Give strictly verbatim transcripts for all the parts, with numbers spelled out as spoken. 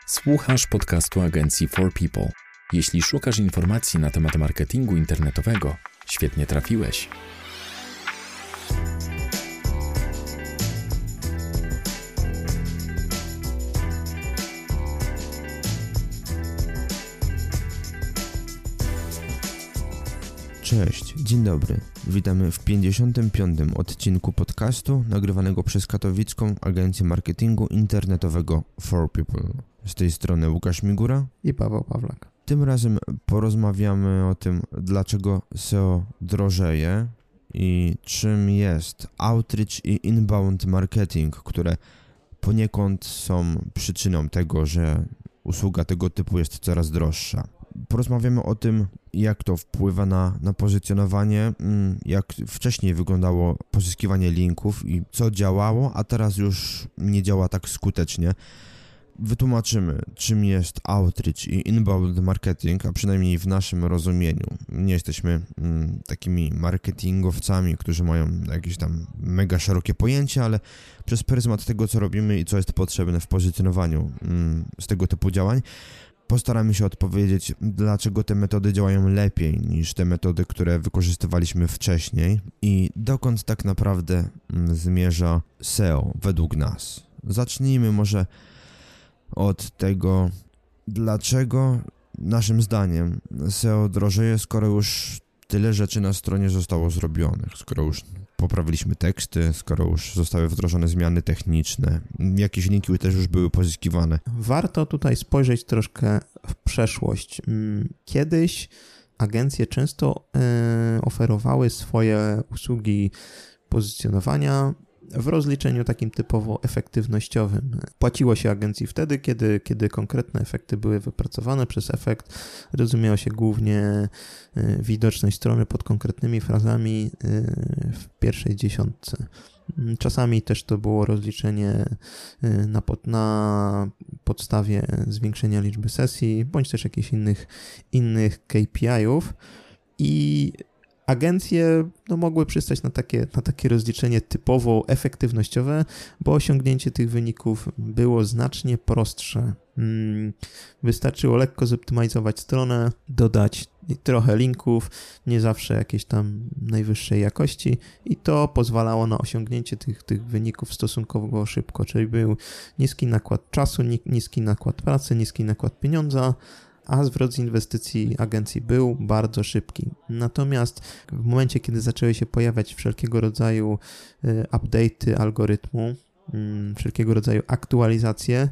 Słuchasz podcastu agencji For People. Jeśli szukasz informacji na temat marketingu internetowego, świetnie trafiłeś. Cześć, dzień dobry. Witamy w pięćdziesiątym piątym odcinku podcastu nagrywanego przez katowicką agencję marketingu internetowego For People. Z tej strony Łukasz Migura i Paweł Pawlak. Tym razem porozmawiamy o tym, dlaczego S E O drożeje i czym jest outreach i inbound marketing, które poniekąd są przyczyną tego, że usługa tego typu jest coraz droższa. Porozmawiamy o tym, jak to wpływa na, na pozycjonowanie, jak wcześniej wyglądało pozyskiwanie linków i co działało, a teraz już nie działa tak skutecznie. Wytłumaczymy, czym jest outreach i inbound marketing, a przynajmniej w naszym rozumieniu. Nie jesteśmy mm, takimi marketingowcami, którzy mają jakieś tam mega szerokie pojęcie, ale przez pryzmat tego, co robimy i co jest potrzebne w pozycjonowaniu mm, z tego typu działań, postaramy się odpowiedzieć, dlaczego te metody działają lepiej niż te metody, które wykorzystywaliśmy wcześniej i dokąd tak naprawdę zmierza S E O według nas. Zacznijmy może od tego, dlaczego naszym zdaniem S E O drożeje, skoro już tyle rzeczy na stronie zostało zrobionych, skoro już poprawiliśmy teksty, skoro już zostały wdrożone zmiany techniczne, jakieś linki też już były pozyskiwane. Warto tutaj spojrzeć troszkę w przeszłość. Kiedyś agencje często y, oferowały swoje usługi pozycjonowania w rozliczeniu takim typowo efektywnościowym. Płaciło się agencji wtedy, kiedy, kiedy konkretne efekty były wypracowane. Przez efekt rozumiało się głównie widoczność strony pod konkretnymi frazami w pierwszej dziesiątce. Czasami też to było rozliczenie na, pod, na podstawie zwiększenia liczby sesji, bądź też jakichś innych, innych K P I-ów i agencje no, mogły przystać na takie, na takie rozliczenie typowo efektywnościowe, bo osiągnięcie tych wyników było znacznie prostsze. Wystarczyło lekko zoptymalizować stronę, dodać trochę linków, nie zawsze jakieś tam najwyższej jakości i to pozwalało na osiągnięcie tych, tych wyników stosunkowo szybko, czyli był niski nakład czasu, niski nakład pracy, niski nakład pieniądza, a zwrot z inwestycji agencji był bardzo szybki. Natomiast w momencie, kiedy zaczęły się pojawiać wszelkiego rodzaju update'y algorytmu, wszelkiego rodzaju aktualizacje,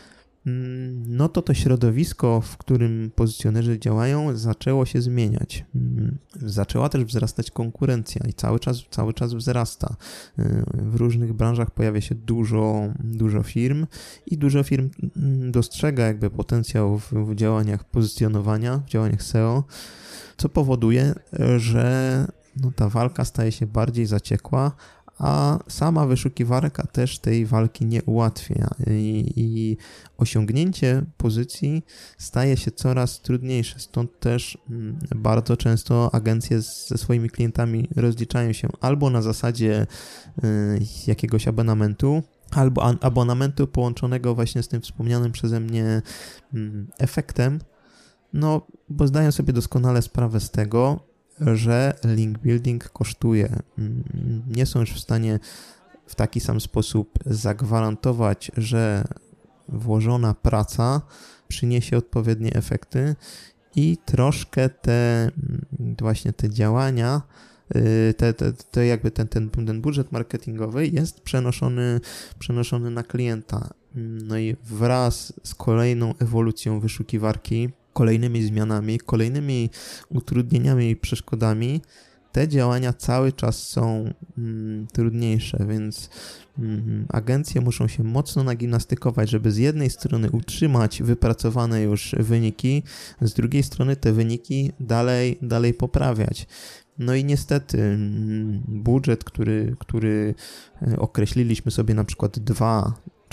no to to środowisko, w którym pozycjonerzy działają, zaczęło się zmieniać. Zaczęła też wzrastać konkurencja i cały czas, cały czas wzrasta. W różnych branżach pojawia się dużo, dużo firm i dużo firm dostrzega jakby potencjał w, w działaniach pozycjonowania, w działaniach S E O, co powoduje, że no, ta walka staje się bardziej zaciekła, a sama wyszukiwarka też tej walki nie ułatwia i, i osiągnięcie pozycji staje się coraz trudniejsze, stąd też bardzo często agencje ze swoimi klientami rozliczają się albo na zasadzie y, jakiegoś abonamentu, albo abonamentu połączonego właśnie z tym wspomnianym przeze mnie y, efektem, no bo zdają sobie doskonale sprawę z tego, że link building kosztuje. Nie są już w stanie w taki sam sposób zagwarantować, że włożona praca przyniesie odpowiednie efekty i troszkę te właśnie te działania, te, te, te jakby ten, ten, ten budżet marketingowy jest przenoszony, przenoszony na klienta. No i wraz z kolejną ewolucją wyszukiwarki, kolejnymi zmianami, kolejnymi utrudnieniami i przeszkodami, te działania cały czas są mm, trudniejsze, więc mm, agencje muszą się mocno nagimnastykować, żeby z jednej strony utrzymać wypracowane już wyniki, z drugiej strony te wyniki dalej, dalej poprawiać. No i niestety budżet, który, który określiliśmy sobie na przykład dwa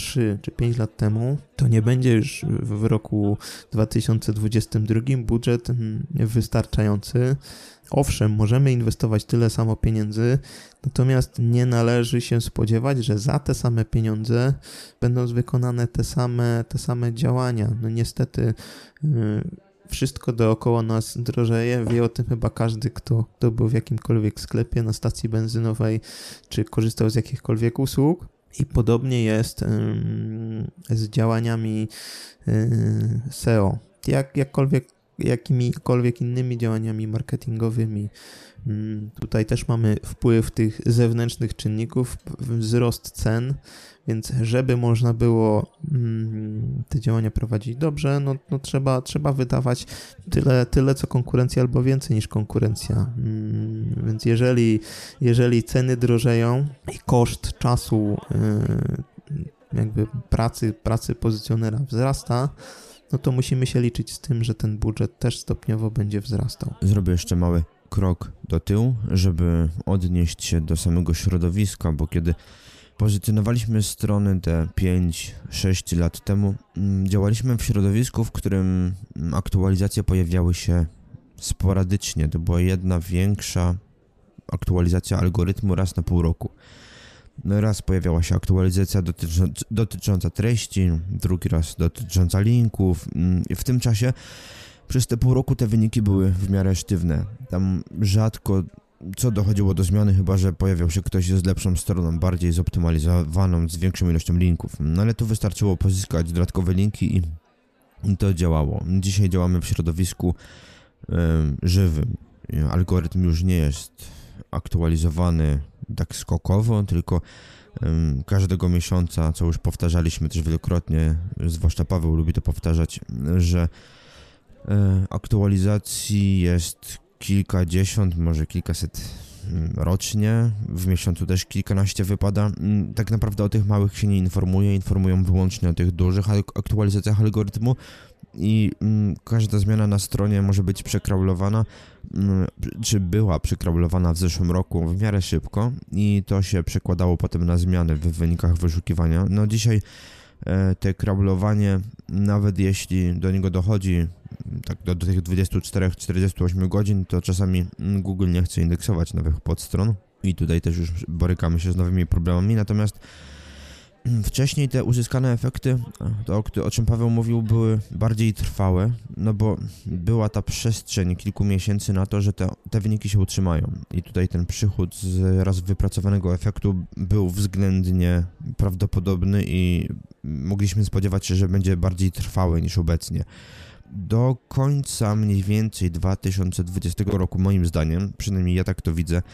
trzy czy pięć lat temu, to nie będzie już w roku dwa tysiące dwudziestym drugim budżet wystarczający. Owszem, możemy inwestować tyle samo pieniędzy, natomiast nie należy się spodziewać, że za te same pieniądze będą wykonane te same, te same działania. No niestety yy, wszystko dookoła nas drożeje. Wie o tym chyba każdy, kto, kto był w jakimkolwiek sklepie, na stacji benzynowej, czy korzystał z jakichkolwiek usług. I podobnie jest yy, z działaniami yy, S E O. Jak, jakkolwiek jakimikolwiek innymi działaniami marketingowymi. Tutaj też mamy wpływ tych zewnętrznych czynników, wzrost cen, więc żeby można było te działania prowadzić dobrze, no, no trzeba, trzeba wydawać tyle, tyle co konkurencja albo więcej niż konkurencja. Więc jeżeli, jeżeli ceny drożeją i koszt czasu jakby pracy, pracy pozycjonera wzrasta, no to musimy się liczyć z tym, że ten budżet też stopniowo będzie wzrastał. Zrobię jeszcze mały krok do tyłu, żeby odnieść się do samego środowiska, bo kiedy pozycjonowaliśmy strony te pięć sześć lat temu, działaliśmy w środowisku, w którym aktualizacje pojawiały się sporadycznie. To była jedna większa aktualizacja algorytmu raz na pół roku. Raz pojawiała się aktualizacja dotycząca, dotycząca treści, drugi raz dotycząca linków. W tym czasie przez te pół roku te wyniki były w miarę sztywne. Tam rzadko co dochodziło do zmiany, chyba że pojawiał się ktoś z lepszą stroną, bardziej zoptymalizowaną, z większą ilością linków. No ale tu wystarczyło pozyskać dodatkowe linki i, i to działało. Dzisiaj działamy w środowisku y, żywym. Algorytm już nie jest aktualizowany tak skokowo, tylko um, każdego miesiąca, co już powtarzaliśmy też wielokrotnie, zwłaszcza Paweł lubi to powtarzać, że e, aktualizacji jest kilkadziesiąt, może kilkaset rocznie, w miesiącu też kilkanaście wypada. Tak naprawdę o tych małych się nie informuje, informują wyłącznie o tych dużych aktualizacjach algorytmu i mm, każda zmiana na stronie może być przekraulowana, mm, czy była przekraulowana w zeszłym roku w miarę szybko i to się przekładało potem na zmiany w wynikach wyszukiwania. No dzisiaj e, te kraulowanie, nawet jeśli do niego dochodzi tak do, do tych dwudziestu czterech do czterdziestu ośmiu godzin, to czasami Google nie chce indeksować nowych podstron i tutaj też już borykamy się z nowymi problemami, natomiast wcześniej te uzyskane efekty, to o czym Paweł mówił, były bardziej trwałe, no bo była ta przestrzeń kilku miesięcy na to, że te, te wyniki się utrzymają i tutaj ten przychód z raz wypracowanego efektu był względnie prawdopodobny i mogliśmy spodziewać się, że będzie bardziej trwały niż obecnie. Do końca mniej więcej dwa tysiące dwudziestego roku, moim zdaniem, przynajmniej ja tak to widzę,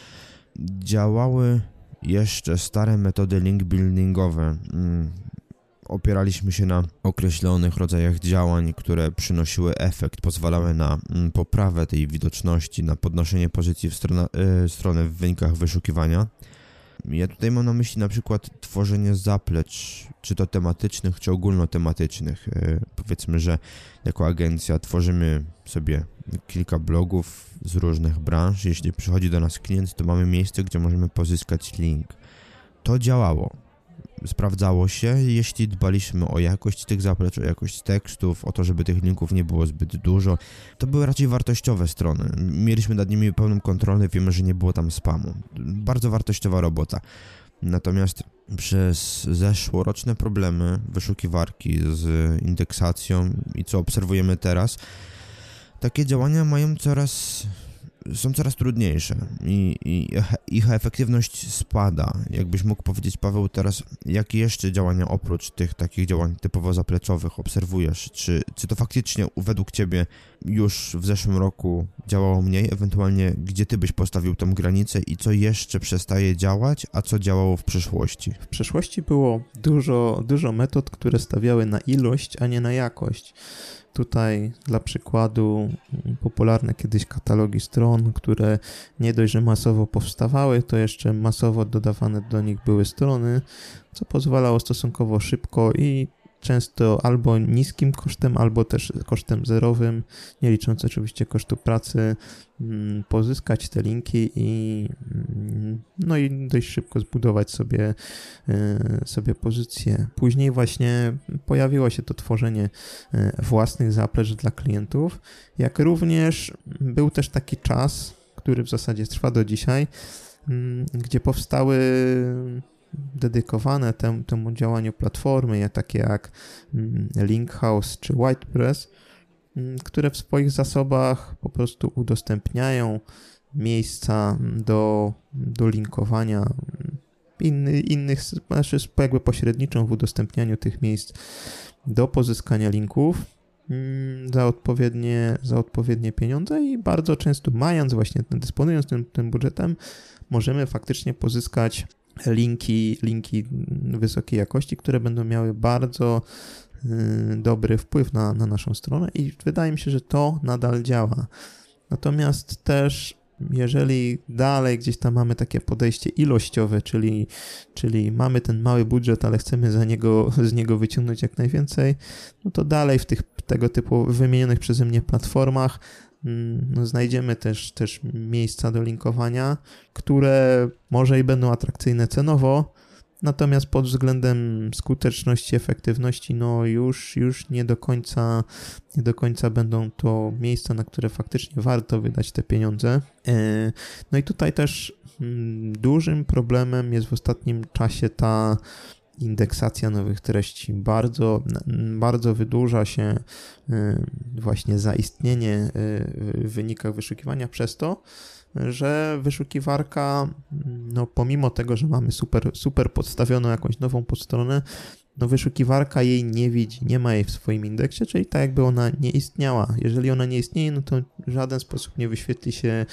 działały jeszcze stare metody link buildingowe. Opieraliśmy się na określonych rodzajach działań, które przynosiły efekt, pozwalały na poprawę tej widoczności, na podnoszenie pozycji w stronę, yy, strony w wynikach wyszukiwania. Ja tutaj mam na myśli na przykład tworzenie zaplecz, czy to tematycznych, czy ogólnotematycznych. Yy, powiedzmy, że jako agencja tworzymy sobie kilka blogów z różnych branż. Jeśli przychodzi do nas klient, to mamy miejsce, gdzie możemy pozyskać link. To działało. Sprawdzało się, jeśli dbaliśmy o jakość tych zaplecz, o jakość tekstów, o to, żeby tych linków nie było zbyt dużo. To były raczej wartościowe strony. Mieliśmy nad nimi pełną kontrolę, wiemy, że nie było tam spamu. Bardzo wartościowa robota. Natomiast przez zeszłoroczne problemy wyszukiwarki z indeksacją i co obserwujemy teraz, takie działania mają coraz, są coraz trudniejsze i, i ich efektywność spada. Jakbyś mógł powiedzieć, Paweł, teraz jakie jeszcze działania oprócz tych takich działań typowo zapleczowych obserwujesz? Czy, czy to faktycznie według Ciebie już w zeszłym roku działało mniej? Ewentualnie gdzie Ty byś postawił tą granicę i co jeszcze przestaje działać, a co działało w przeszłości? W przeszłości było dużo, dużo metod, które stawiały na ilość, a nie na jakość. Tutaj dla przykładu popularne kiedyś katalogi stron, które nie dość, że masowo powstawały, to jeszcze masowo dodawane do nich były strony, co pozwalało stosunkowo szybko i często albo niskim kosztem, albo też kosztem zerowym, nie licząc oczywiście kosztu pracy, pozyskać te linki i no i dość szybko zbudować sobie, sobie pozycję. Później właśnie pojawiło się to tworzenie własnych zaplecz dla klientów, jak również był też taki czas, który w zasadzie trwa do dzisiaj, gdzie powstały dedykowane temu, temu działaniu platformy, takie jak Linkhouse czy WhitePress, które w swoich zasobach po prostu udostępniają miejsca do, do linkowania inny, innych, znaczy jakby pośredniczą w udostępnianiu tych miejsc do pozyskania linków za odpowiednie, za odpowiednie pieniądze i bardzo często mając właśnie, dysponując tym, tym budżetem, możemy faktycznie pozyskać linki, linki wysokiej jakości, które będą miały bardzo dobry wpływ na, na naszą stronę i wydaje mi się, że to nadal działa. Natomiast też jeżeli dalej gdzieś tam mamy takie podejście ilościowe, czyli, czyli mamy ten mały budżet, ale chcemy za niego, z niego wyciągnąć jak najwięcej, no to dalej w tych tego typu wymienionych przeze mnie platformach no, znajdziemy też, też miejsca do linkowania, które może i będą atrakcyjne cenowo, natomiast pod względem skuteczności, efektywności, no już, już nie do końca, nie do końca będą to miejsca, na które faktycznie warto wydać te pieniądze. No i tutaj też dużym problemem jest w ostatnim czasie ta indeksacja nowych treści. Bardzo, bardzo wydłuża się właśnie zaistnienie w wynikach wyszukiwania przez to, że wyszukiwarka, no pomimo tego, że mamy super, super podstawioną jakąś nową podstronę, no wyszukiwarka jej nie widzi, nie ma jej w swoim indeksie, czyli tak jakby ona nie istniała. Jeżeli ona nie istnieje, no to w żaden sposób nie wyświetli się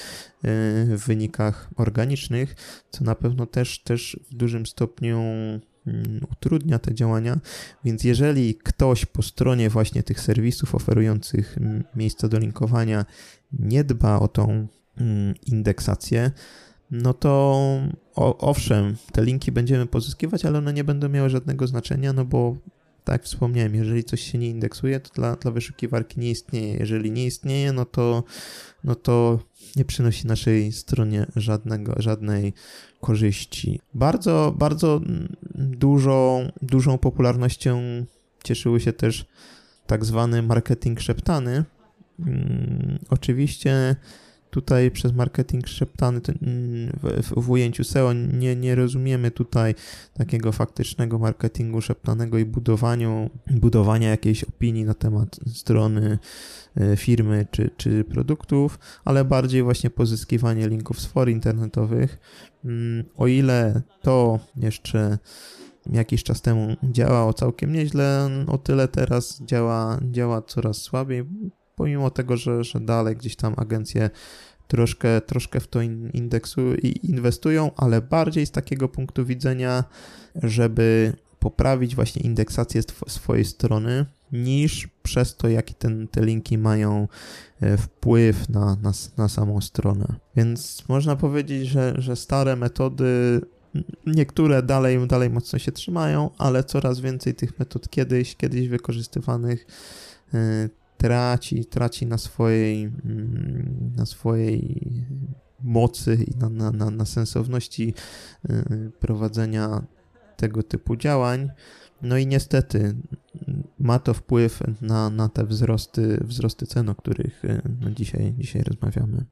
w wynikach organicznych, co na pewno też, też w dużym stopniu utrudnia te działania, więc jeżeli ktoś po stronie właśnie tych serwisów oferujących miejsca do linkowania nie dba o tą indeksację, no to o, owszem, te linki będziemy pozyskiwać, ale one nie będą miały żadnego znaczenia, no bo tak jak wspomniałem, jeżeli coś się nie indeksuje, to dla, dla wyszukiwarki nie istnieje. Jeżeli nie istnieje, no to, no to nie przynosi naszej stronie żadnego, żadnej korzyści. Bardzo, bardzo dużą, dużą popularnością cieszyły się też tak zwany marketing szeptany. Hmm, oczywiście tutaj przez marketing szeptany to w, w ujęciu S E O nie, nie rozumiemy tutaj takiego faktycznego marketingu szeptanego i budowaniu, budowania jakiejś opinii na temat strony firmy czy, czy produktów, ale bardziej właśnie pozyskiwanie linków z for internetowych. O ile to jeszcze jakiś czas temu działało całkiem nieźle, o tyle teraz działa, działa coraz słabiej, pomimo tego, że, że dalej gdzieś tam agencje troszkę, troszkę w to indeksu i inwestują, ale bardziej z takiego punktu widzenia, żeby poprawić właśnie indeksację swojej strony, niż przez to, jaki ten, te linki mają wpływ na, na, na samą stronę. Więc można powiedzieć, że, że stare metody, niektóre dalej, dalej mocno się trzymają, ale coraz więcej tych metod kiedyś, kiedyś wykorzystywanych traci, traci na swojej, na swojej mocy i na, na, na, na sensowności prowadzenia tego typu działań. No i niestety ma to wpływ na, na te wzrosty, wzrosty cen, o których no dzisiaj, dzisiaj rozmawiamy.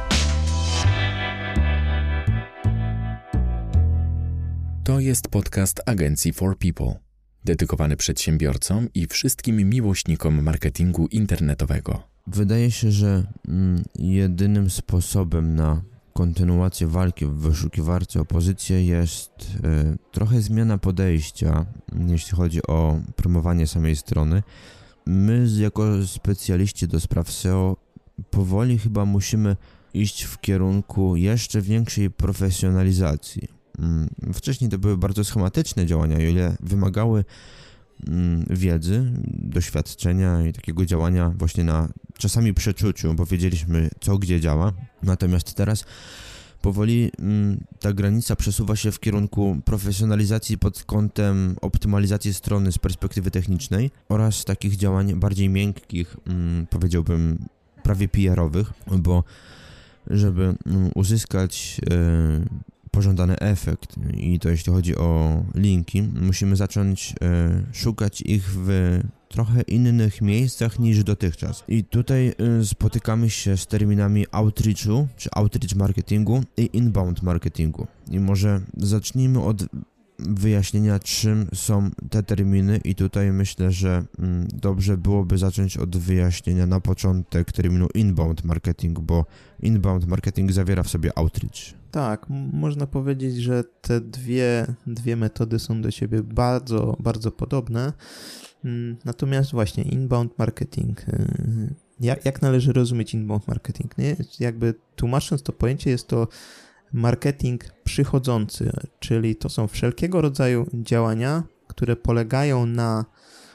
To jest podcast agencji For People, dedykowany przedsiębiorcom i wszystkim miłośnikom marketingu internetowego. Wydaje się, że mm, jedynym sposobem na kontynuację walki w wyszukiwarce o pozycję jest y, trochę zmiana podejścia, jeśli chodzi o promowanie samej strony. My jako specjaliści do spraw S E O powoli chyba musimy iść w kierunku jeszcze większej profesjonalizacji. Y, wcześniej to były bardzo schematyczne działania, o ile wymagały y, wiedzy, doświadczenia i takiego działania właśnie na czasami przeczuciu, bo wiedzieliśmy co gdzie działa. Natomiast teraz powoli mm, ta granica przesuwa się w kierunku profesjonalizacji pod kątem optymalizacji strony z perspektywy technicznej oraz takich działań bardziej miękkich, mm, powiedziałbym prawie P R-owych, bo żeby mm, uzyskać e, pożądany efekt i to jeśli chodzi o linki, musimy zacząć e, szukać ich w trochę innych miejscach niż dotychczas. I tutaj y, spotykamy się z terminami outreachu, czy outreach marketingu i inbound marketingu. I może zacznijmy od wyjaśnienia, czym są te terminy i tutaj myślę, że mm, dobrze byłoby zacząć od wyjaśnienia na początek terminu inbound marketing, bo inbound marketing zawiera w sobie outreach. Tak, m- można powiedzieć, że te dwie, dwie metody są do siebie bardzo, bardzo podobne. Natomiast właśnie inbound marketing, jak, jak należy rozumieć inbound marketing? Nie? Jakby tłumacząc to pojęcie, jest to marketing przychodzący, czyli to są wszelkiego rodzaju działania, które polegają na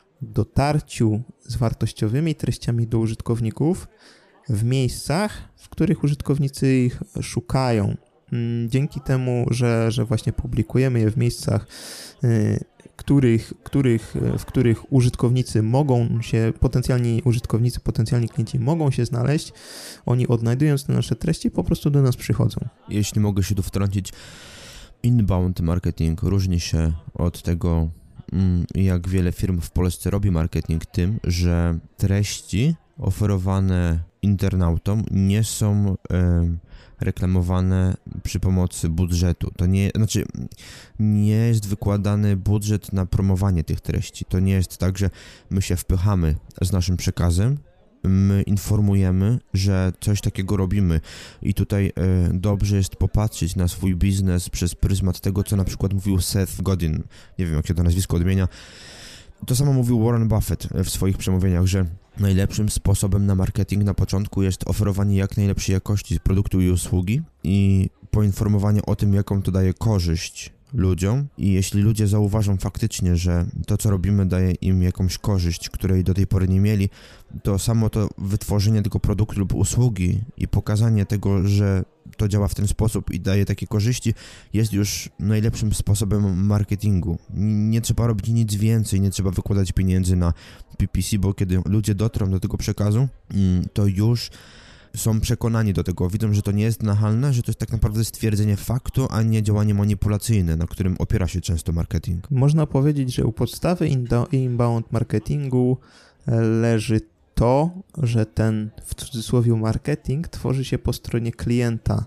dotarciu z wartościowymi treściami do użytkowników w miejscach, w których użytkownicy ich szukają. Dzięki temu, że, że właśnie publikujemy je w miejscach, których, których, w których użytkownicy mogą się, potencjalni użytkownicy, potencjalni klienci mogą się znaleźć, oni odnajdując te nasze treści po prostu do nas przychodzą. Jeśli mogę się tu wtrącić, inbound marketing różni się od tego, jak wiele firm w Polsce robi marketing tym, że treści oferowane internautom nie są e, reklamowane przy pomocy budżetu. To nie, znaczy nie jest wykładany budżet na promowanie tych treści. To nie jest tak, że my się wpychamy z naszym przekazem, my informujemy, że coś takiego robimy i tutaj e, dobrze jest popatrzeć na swój biznes przez pryzmat tego, co na przykład mówił Seth Godin, nie wiem jak się to nazwisko odmienia. To samo mówił Warren Buffett w swoich przemówieniach, że najlepszym sposobem na marketing na początku jest oferowanie jak najlepszej jakości produktu i usługi i poinformowanie o tym, jaką to daje korzyść ludziom i jeśli ludzie zauważą faktycznie, że to, co robimy, daje im jakąś korzyść, której do tej pory nie mieli, to samo to wytworzenie tego produktu lub usługi i pokazanie tego, że to działa w ten sposób i daje takie korzyści, jest już najlepszym sposobem marketingu. Nie trzeba robić nic więcej, nie trzeba wykładać pieniędzy na P P C, bo kiedy ludzie dotrą do tego przekazu, to już są przekonani do tego, widzą, że to nie jest nachalne, że to jest tak naprawdę stwierdzenie faktu, a nie działanie manipulacyjne, na którym opiera się często marketing. Można powiedzieć, że u podstawy inbound marketingu leży to, że ten w cudzysłowie marketing tworzy się po stronie klienta.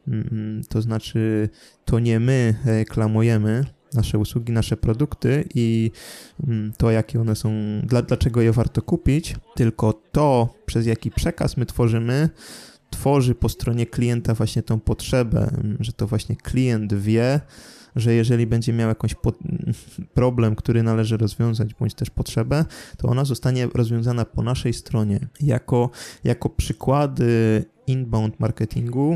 To znaczy, to nie my reklamujemy nasze usługi, nasze produkty i to, jakie one są, dla, dlaczego je warto kupić, tylko to, przez jaki przekaz my tworzymy, tworzy po stronie klienta właśnie tą potrzebę, że to właśnie klient wie, że jeżeli będzie miał jakiś po- problem, który należy rozwiązać, bądź też potrzebę, to ona zostanie rozwiązana po naszej stronie. Jako, jako przykłady inbound marketingu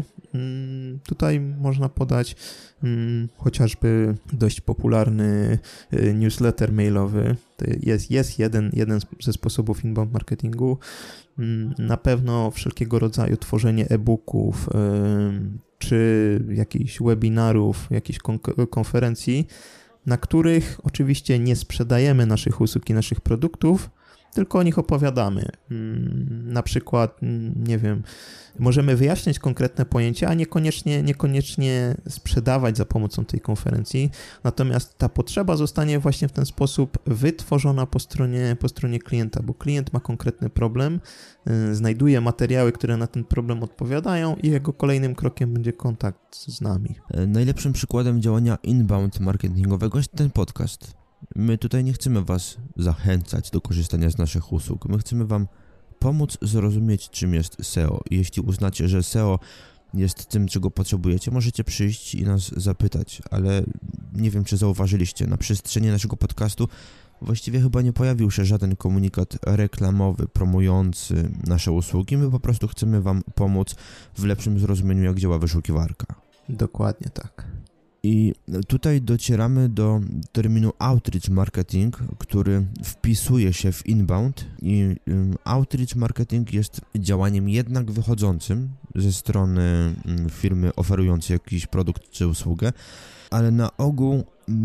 tutaj można podać chociażby dość popularny newsletter mailowy. To jest, jest jeden, jeden ze sposobów inbound marketingu. Na pewno wszelkiego rodzaju tworzenie e-booków, czy jakichś webinarów, jakichś kon- konferencji, na których oczywiście nie sprzedajemy naszych usług i naszych produktów, tylko o nich opowiadamy. Na przykład, nie wiem, możemy wyjaśniać konkretne pojęcia, a niekoniecznie, niekoniecznie sprzedawać za pomocą tej konferencji, natomiast ta potrzeba zostanie właśnie w ten sposób wytworzona po stronie, po stronie klienta, bo klient ma konkretny problem, znajduje materiały, które na ten problem odpowiadają i jego kolejnym krokiem będzie kontakt z nami. Najlepszym przykładem działania inbound marketingowego jest ten podcast. My tutaj nie chcemy Was zachęcać do korzystania z naszych usług. My chcemy Wam pomóc zrozumieć, czym jest S E O. I jeśli uznacie, że S E O jest tym, czego potrzebujecie, możecie przyjść i nas zapytać, ale nie wiem, czy zauważyliście, na przestrzeni naszego podcastu właściwie chyba nie pojawił się żaden komunikat reklamowy, promujący nasze usługi. My po prostu chcemy Wam pomóc w lepszym zrozumieniu, jak działa wyszukiwarka. Dokładnie tak. I tutaj docieramy do terminu outreach marketing, który wpisuje się w inbound i outreach marketing jest działaniem jednak wychodzącym ze strony firmy oferującej jakiś produkt czy usługę, ale na ogół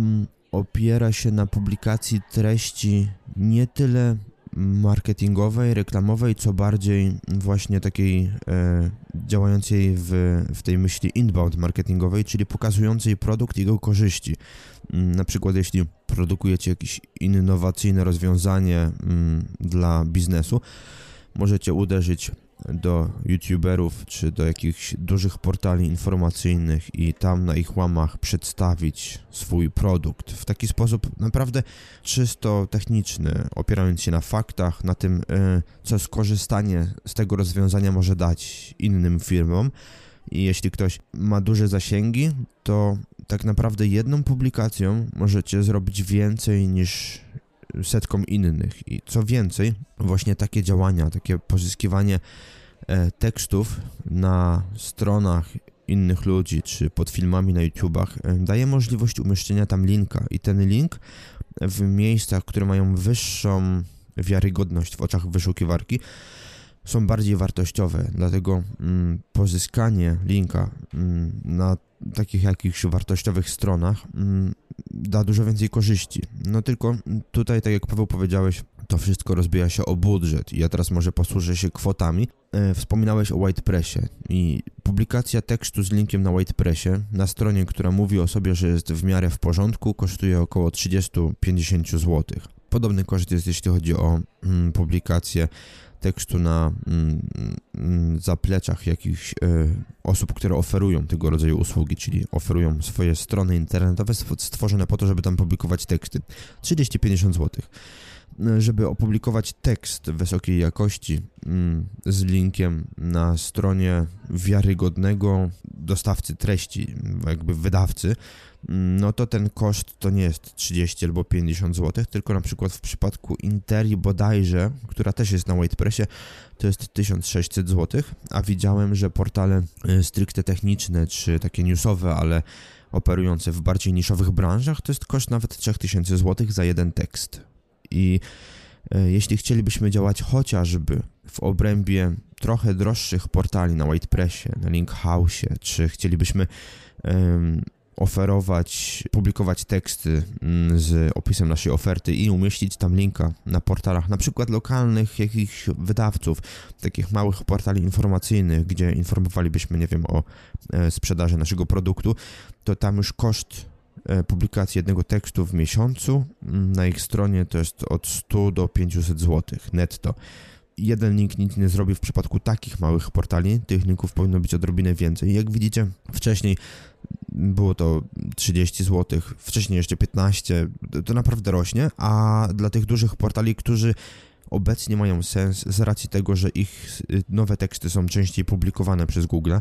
opiera się na publikacji treści nie tyle marketingowej, reklamowej, co bardziej właśnie takiej e, działającej w, w tej myśli inbound marketingowej, czyli pokazującej produkt i jego korzyści. Na przykład jeśli produkujecie jakieś innowacyjne rozwiązanie m, dla biznesu, możecie uderzyć do youtuberów czy do jakichś dużych portali informacyjnych i tam na ich łamach przedstawić swój produkt w taki sposób naprawdę czysto techniczny, opierając się na faktach, na tym, co skorzystanie z tego rozwiązania może dać innym firmom. I jeśli ktoś ma duże zasięgi, to tak naprawdę jedną publikacją możecie zrobić więcej niż setkom innych. I co więcej, właśnie takie działania, takie pozyskiwanie e, tekstów na stronach innych ludzi, czy pod filmami na YouTubach, e, daje możliwość umieszczenia tam linka. I ten link w miejscach, które mają wyższą wiarygodność w oczach wyszukiwarki, są bardziej wartościowe. Dlatego mm, pozyskanie linka mm, na takich jakichś wartościowych stronach mm, da dużo więcej korzyści. No tylko tutaj, tak jak Paweł powiedziałeś, to wszystko rozbija się o budżet i ja teraz może posłużę się kwotami. E, wspominałeś o WhitePressie i publikacja tekstu z linkiem na WhitePressie na stronie, która mówi o sobie, że jest w miarę w porządku, kosztuje około trzydzieści do pięćdziesięciu złotych. Podobny koszt jest, jeśli chodzi o mm, publikację tekstu na mm, zapleczach jakichś y, osób, które oferują tego rodzaju usługi, czyli oferują swoje strony internetowe stworzone po to, żeby tam publikować teksty. trzydzieści do pięćdziesięciu złotych. Żeby opublikować tekst wysokiej jakości mm, z linkiem na stronie wiarygodnego dostawcy treści, jakby wydawcy, no to ten koszt to nie jest trzydzieści albo pięćdziesiąt złotych, tylko na przykład w przypadku Interi bodajże, która też jest na WhitePressie, to jest tysiąc sześćset złotych, a widziałem, że portale stricte techniczne czy takie newsowe, ale operujące w bardziej niszowych branżach, to jest koszt nawet trzy tysiące złotych za jeden tekst. I e, jeśli chcielibyśmy działać chociażby w obrębie trochę droższych portali na WhitePressie, na LinkHouse'ie, czy chcielibyśmy um, oferować, publikować teksty mm, z opisem naszej oferty i umieścić tam linka na portalach, na przykład lokalnych jakichś wydawców, takich małych portali informacyjnych, gdzie informowalibyśmy, nie wiem, o e, sprzedaży naszego produktu, to tam już koszt publikacji jednego tekstu w miesiącu na ich stronie to jest od stu do pięciuset złotych netto. Jeden link nic nie zrobi w przypadku takich małych portali, tych linków powinno być odrobinę więcej. Jak widzicie, wcześniej było to trzydzieści złotych, wcześniej jeszcze piętnaście, to naprawdę rośnie, a dla tych dużych portali, którzy obecnie mają sens z racji tego, że ich nowe teksty są częściej publikowane przez Google,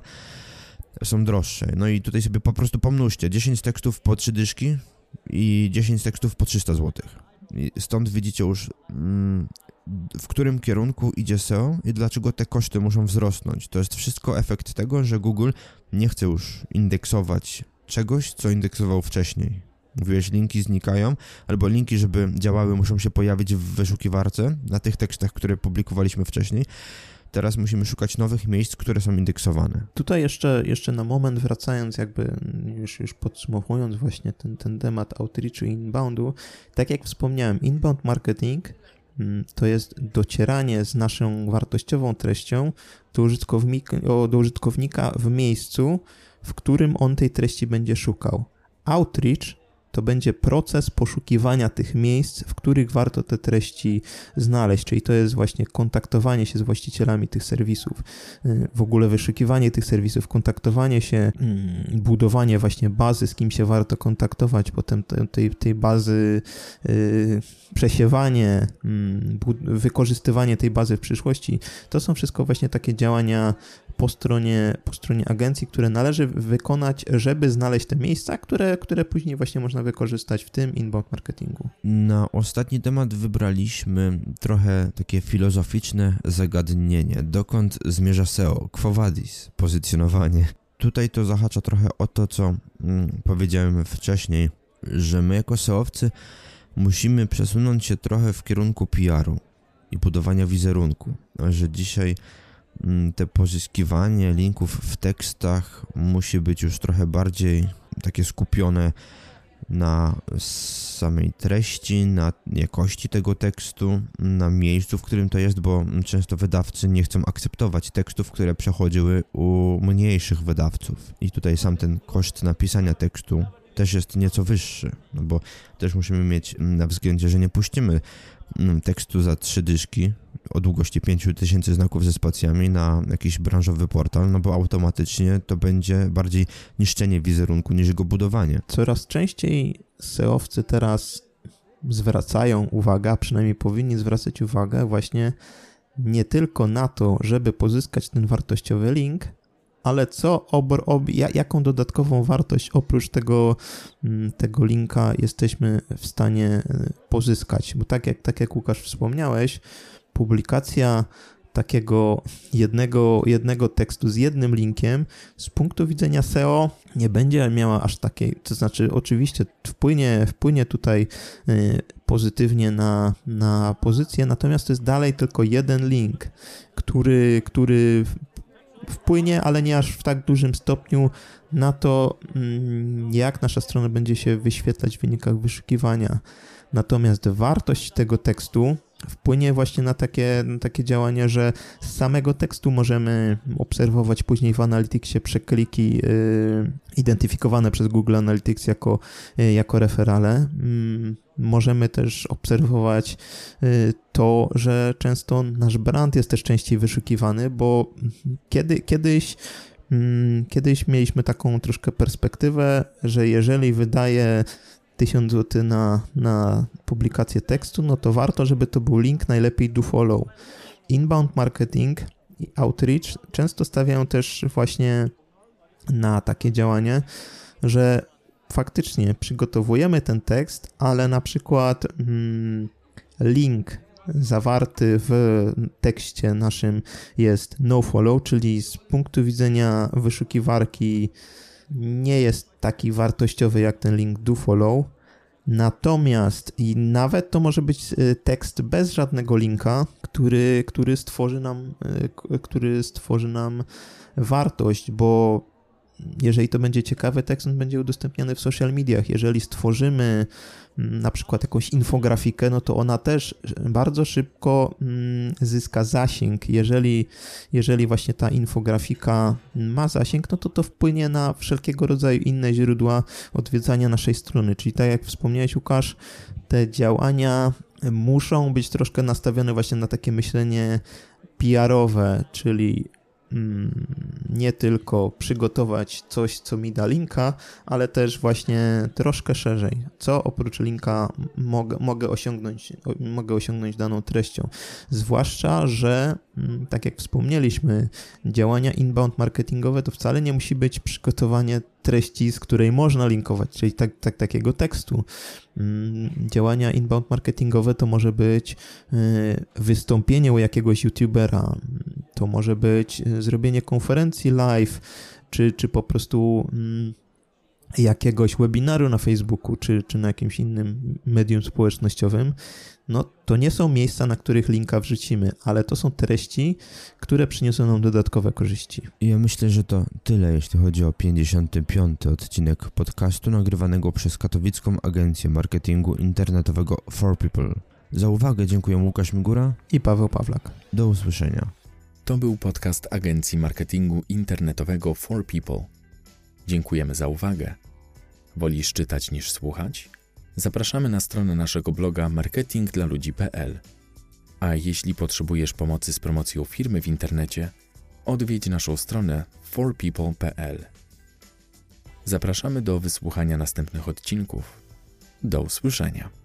są droższe. No i tutaj sobie po prostu pomnóżcie dziesięć tekstów po trzy dyszki i dziesięć tekstów po trzysta złotych. I stąd widzicie już mm, w którym kierunku idzie S E O i dlaczego te koszty muszą wzrosnąć. To jest wszystko efekt tego, że Google nie chce już indeksować czegoś, co indeksował wcześniej. Mówiłeś, linki znikają, albo linki, żeby działały, muszą się pojawić w wyszukiwarce na tych tekstach, które publikowaliśmy wcześniej. Teraz musimy szukać nowych miejsc, które są indeksowane. Tutaj jeszcze, jeszcze na moment wracając, jakby już, już podsumowując właśnie ten, ten temat outreachu i inboundu, tak jak wspomniałem, inbound marketing to jest docieranie z naszą wartościową treścią do użytkownika, do użytkownika w miejscu, w którym on tej treści będzie szukał. Outreach to będzie proces poszukiwania tych miejsc, w których warto te treści znaleźć, czyli to jest właśnie kontaktowanie się z właścicielami tych serwisów, w ogóle wyszukiwanie tych serwisów, kontaktowanie się, budowanie właśnie bazy, z kim się warto kontaktować, potem tej, tej bazy, przesiewanie, wykorzystywanie tej bazy w przyszłości. To są wszystko właśnie takie działania po stronie, po stronie agencji, które należy wykonać, żeby znaleźć te miejsca, które, które później właśnie można wykorzystać w tym inbound marketingu. Na ostatni temat wybraliśmy trochę takie filozoficzne zagadnienie. Dokąd zmierza S E O? Quo vadis? Pozycjonowanie. tutaj to zahacza trochę o to, co mm, powiedziałem wcześniej, że my jako S E Owcy musimy przesunąć się trochę w kierunku P R u i budowania wizerunku, że dzisiaj mm, te pozyskiwanie linków w tekstach musi być już trochę bardziej takie skupione na samej treści, na jakości tego tekstu, na miejscu, w którym to jest, bo często wydawcy nie chcą akceptować tekstów, które przechodziły u mniejszych wydawców. I tutaj sam ten koszt napisania tekstu też jest nieco wyższy, no bo też musimy mieć na względzie, że nie puścimy tekstu za trzy dyszki o długości pięć tysięcy znaków ze spacjami na jakiś branżowy portal, no bo automatycznie to będzie bardziej niszczenie wizerunku niż jego budowanie. Coraz częściej S E Owcy teraz zwracają uwagę, a przynajmniej powinni zwracać uwagę właśnie nie tylko na to, żeby pozyskać ten wartościowy link, ale co obr, ob, jaką dodatkową wartość oprócz tego, tego linka jesteśmy w stanie pozyskać. Bo tak jak, tak jak Łukasz wspomniałeś, publikacja takiego jednego, jednego tekstu z jednym linkiem z punktu widzenia S E O nie będzie miała aż takiej, to znaczy oczywiście wpłynie, wpłynie tutaj pozytywnie na, na pozycję, natomiast to jest dalej tylko jeden link, który, który wpłynie, ale nie aż w tak dużym stopniu na to, jak nasza strona będzie się wyświetlać w wynikach wyszukiwania. Natomiast wartość tego tekstu wpłynie właśnie na takie, na takie działania, że z samego tekstu możemy obserwować później w Analyticsie przekliki yy, identyfikowane przez Google Analytics jako, yy, jako referale. Yy, możemy też obserwować yy, to, że często nasz brand jest też częściej wyszukiwany, bo kiedy, kiedyś yy, kiedyś mieliśmy taką troszkę perspektywę, że jeżeli wydaje tysiąc złotych na, na publikację tekstu, no to warto, żeby to był link, najlepiej do follow. Inbound marketing i outreach często stawiają też właśnie na takie działanie, że faktycznie przygotowujemy ten tekst, ale na przykład hmm, link zawarty w tekście naszym jest no follow, czyli z punktu widzenia wyszukiwarki nie jest taki wartościowy jak ten link do follow, natomiast i nawet to może być tekst bez żadnego linka, który, który stworzy nam, który stworzy nam wartość, bo jeżeli to będzie ciekawy tekst, on będzie udostępniany w social mediach. Jeżeli stworzymy na przykład jakąś infografikę, no to ona też bardzo szybko zyska zasięg. Jeżeli, jeżeli właśnie ta infografika ma zasięg, no to to wpłynie na wszelkiego rodzaju inne źródła odwiedzania naszej strony. Czyli tak jak wspomniałeś, Łukasz, te działania muszą być troszkę nastawione właśnie na takie myślenie P R-owe, czyli nie tylko przygotować coś, co mi da linka, ale też właśnie troszkę szerzej. Co oprócz linka mogę, mogę osiągnąć, mogę osiągnąć daną treścią. Zwłaszcza, że tak jak wspomnieliśmy, działania inbound marketingowe to wcale nie musi być przygotowanie treści, z której można linkować, czyli tak, tak, takiego tekstu. Działania inbound marketingowe to może być wystąpienie u jakiegoś youtubera, to może być zrobienie konferencji live, czy, czy po prostu jakiegoś webinaru na Facebooku, czy, czy na jakimś innym medium społecznościowym. No to nie są miejsca, na których linka wrzucimy, ale to są treści, które przyniosą nam dodatkowe korzyści. Ja myślę, że to tyle, jeśli chodzi o pięćdziesiąty piąty odcinek podcastu nagrywanego przez katowicką agencję marketingu internetowego For People. Za uwagę dziękuję Łukasz Migura i Paweł Pawlak. Do usłyszenia. To był podcast agencji marketingu internetowego For People. Dziękujemy za uwagę. Wolisz czytać niż słuchać? Zapraszamy na stronę naszego bloga marketing dla ludzi kropka p l. A jeśli potrzebujesz pomocy z promocją firmy w internecie, odwiedź naszą stronę for people kropka p l. Zapraszamy do wysłuchania następnych odcinków. Do usłyszenia.